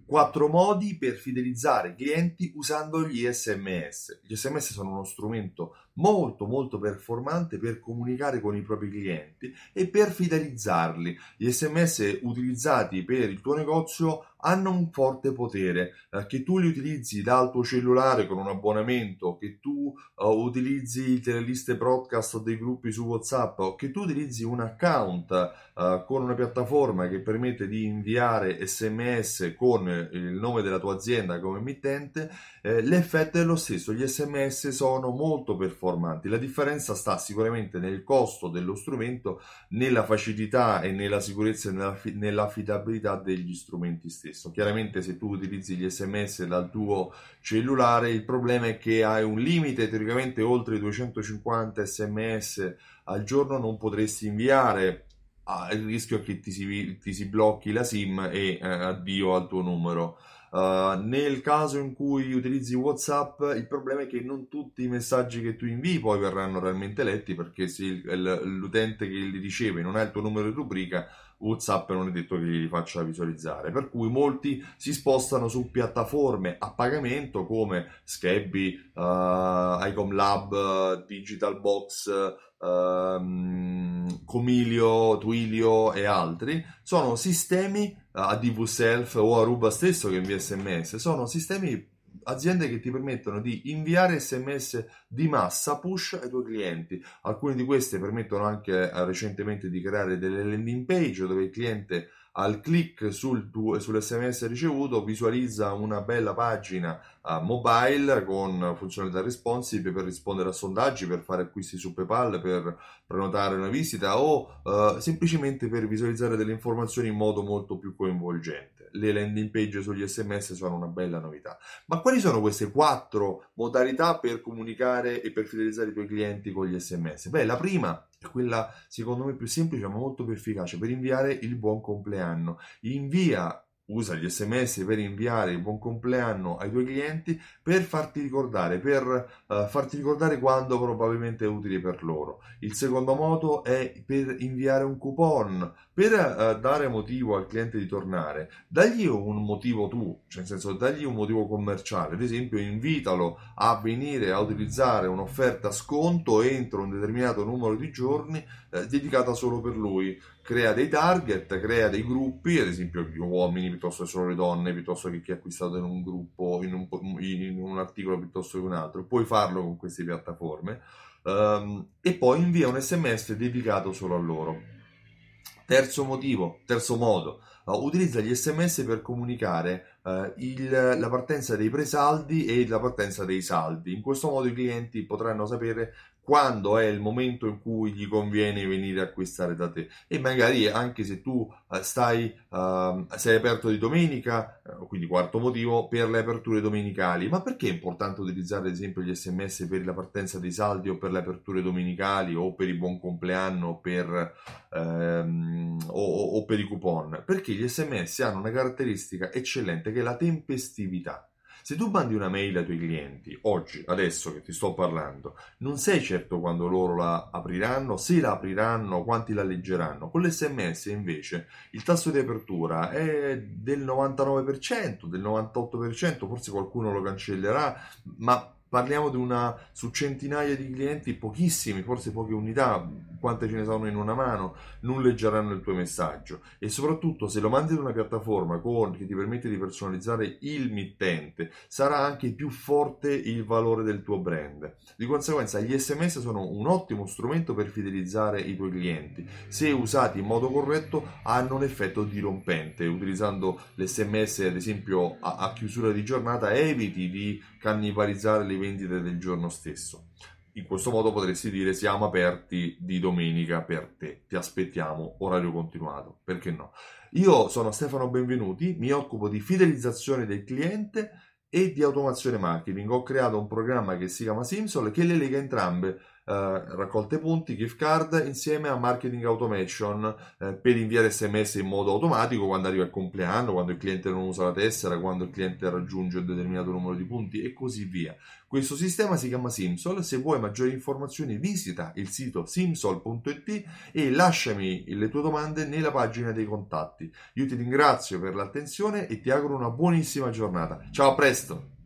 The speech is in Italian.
4 modi per fidelizzare i clienti usando gli SMS. Gli SMS sono uno strumento molto molto performante per comunicare con i propri clienti e per fidelizzarli. Gli SMS utilizzati per il tuo negozio hanno un forte potere, che tu li utilizzi dal tuo cellulare con un abbonamento, che tu utilizzi le liste broadcast o dei gruppi su WhatsApp, o che tu utilizzi un account con una piattaforma che permette di inviare SMS con il nome della tua azienda come emittente, l'effetto è lo stesso. Gli SMS sono molto performanti. La differenza sta sicuramente nel costo dello strumento, nella facilità e nella sicurezza e nell'affidabilità degli strumenti stessi. Chiaramente se tu utilizzi gli SMS dal tuo cellulare, il problema è che hai un limite, teoricamente oltre i 250 SMS al giorno non potresti inviare. Il rischio è che ti si blocchi la SIM e addio al tuo numero. Nel caso in cui utilizzi WhatsApp, il problema è che non tutti i messaggi che tu invii poi verranno realmente letti, perché se l'utente che li riceve non ha il tuo numero di rubrica, WhatsApp non è detto che li faccia visualizzare, per cui molti si spostano su piattaforme a pagamento come Skype, Icom Lab, Digital Box, Comilio, Twilio e altri. Sono sistemi, ADV Self o Aruba stesso che invia SMS, sono sistemi, aziende che ti permettono di inviare SMS di massa push ai tuoi clienti. Alcune di queste permettono anche recentemente di creare delle landing page dove il cliente al click sull'SMS ricevuto visualizza una bella pagina mobile con funzionalità responsive per rispondere a sondaggi, per fare acquisti su PayPal, per prenotare una visita o semplicemente per visualizzare delle informazioni in modo molto più coinvolgente. Le landing page sugli SMS sono una bella novità. Ma quali sono queste 4 modalità per comunicare e per fidelizzare i tuoi clienti con gli SMS? Beh, la prima è quella secondo me più semplice ma molto più efficace: per inviare il buon compleanno. Usa gli SMS per inviare il buon compleanno ai tuoi clienti, per farti ricordare quando probabilmente è utile per loro. Il secondo modo è per inviare un coupon, per dare motivo al cliente di tornare. Dagli un motivo tu, cioè nel senso dagli un motivo commerciale, ad esempio invitalo a venire a utilizzare un'offerta sconto entro un determinato numero di giorni dedicata solo per lui. Crea dei target, crea dei gruppi, ad esempio gli uomini piuttosto che solo le donne, piuttosto che chi ha acquistato in un gruppo, in un articolo piuttosto che un altro. Puoi farlo con queste piattaforme, e poi invia un SMS dedicato solo a loro. Terzo modo, utilizza gli SMS per comunicare la partenza dei presaldi e la partenza dei saldi. In questo modo i clienti potranno sapere quando è il momento in cui gli conviene venire a acquistare da te, e magari anche se tu sei aperto di domenica, quindi quarto motivo, per le aperture domenicali. Ma perché è importante utilizzare ad esempio gli SMS per la partenza dei saldi o per le aperture domenicali o per il buon compleanno o per i coupon? Perché gli SMS hanno una caratteristica eccellente che è la tempestività. Se tu mandi una mail ai tuoi clienti, oggi, adesso che ti sto parlando, non sei certo quando loro la apriranno, se la apriranno, quanti la leggeranno. Con l'SMS invece il tasso di apertura è del 99%, del 98%, forse qualcuno lo cancellerà, ma parliamo su centinaia di clienti, pochissimi, forse poche unità, quante ce ne sono in una mano, non leggeranno il tuo messaggio. E soprattutto se lo mandi da una piattaforma che ti permette di personalizzare il mittente, sarà anche più forte il valore del tuo brand. Di conseguenza gli SMS sono un ottimo strumento per fidelizzare i tuoi clienti. Se usati in modo corretto hanno un effetto dirompente. Utilizzando l'SMS ad esempio a chiusura di giornata eviti di cannibalizzare le vendite del giorno stesso. In questo modo potresti dire: siamo aperti di domenica per te, ti aspettiamo, orario continuato, perché no? Io sono Stefano Benvenuti, mi occupo di fidelizzazione del cliente e di automazione marketing. Ho creato un programma che si chiama Simsol che le lega entrambe raccolte punti, gift card, insieme a marketing automation per inviare SMS in modo automatico quando arriva il compleanno, quando il cliente non usa la tessera, quando il cliente raggiunge un determinato numero di punti e così via. Questo sistema si chiama Simsol. Se vuoi maggiori informazioni visita il sito simsol.it e lasciami le tue domande nella pagina dei contatti. Io ti ringrazio per l'attenzione e ti auguro una buonissima giornata. Ciao, a presto!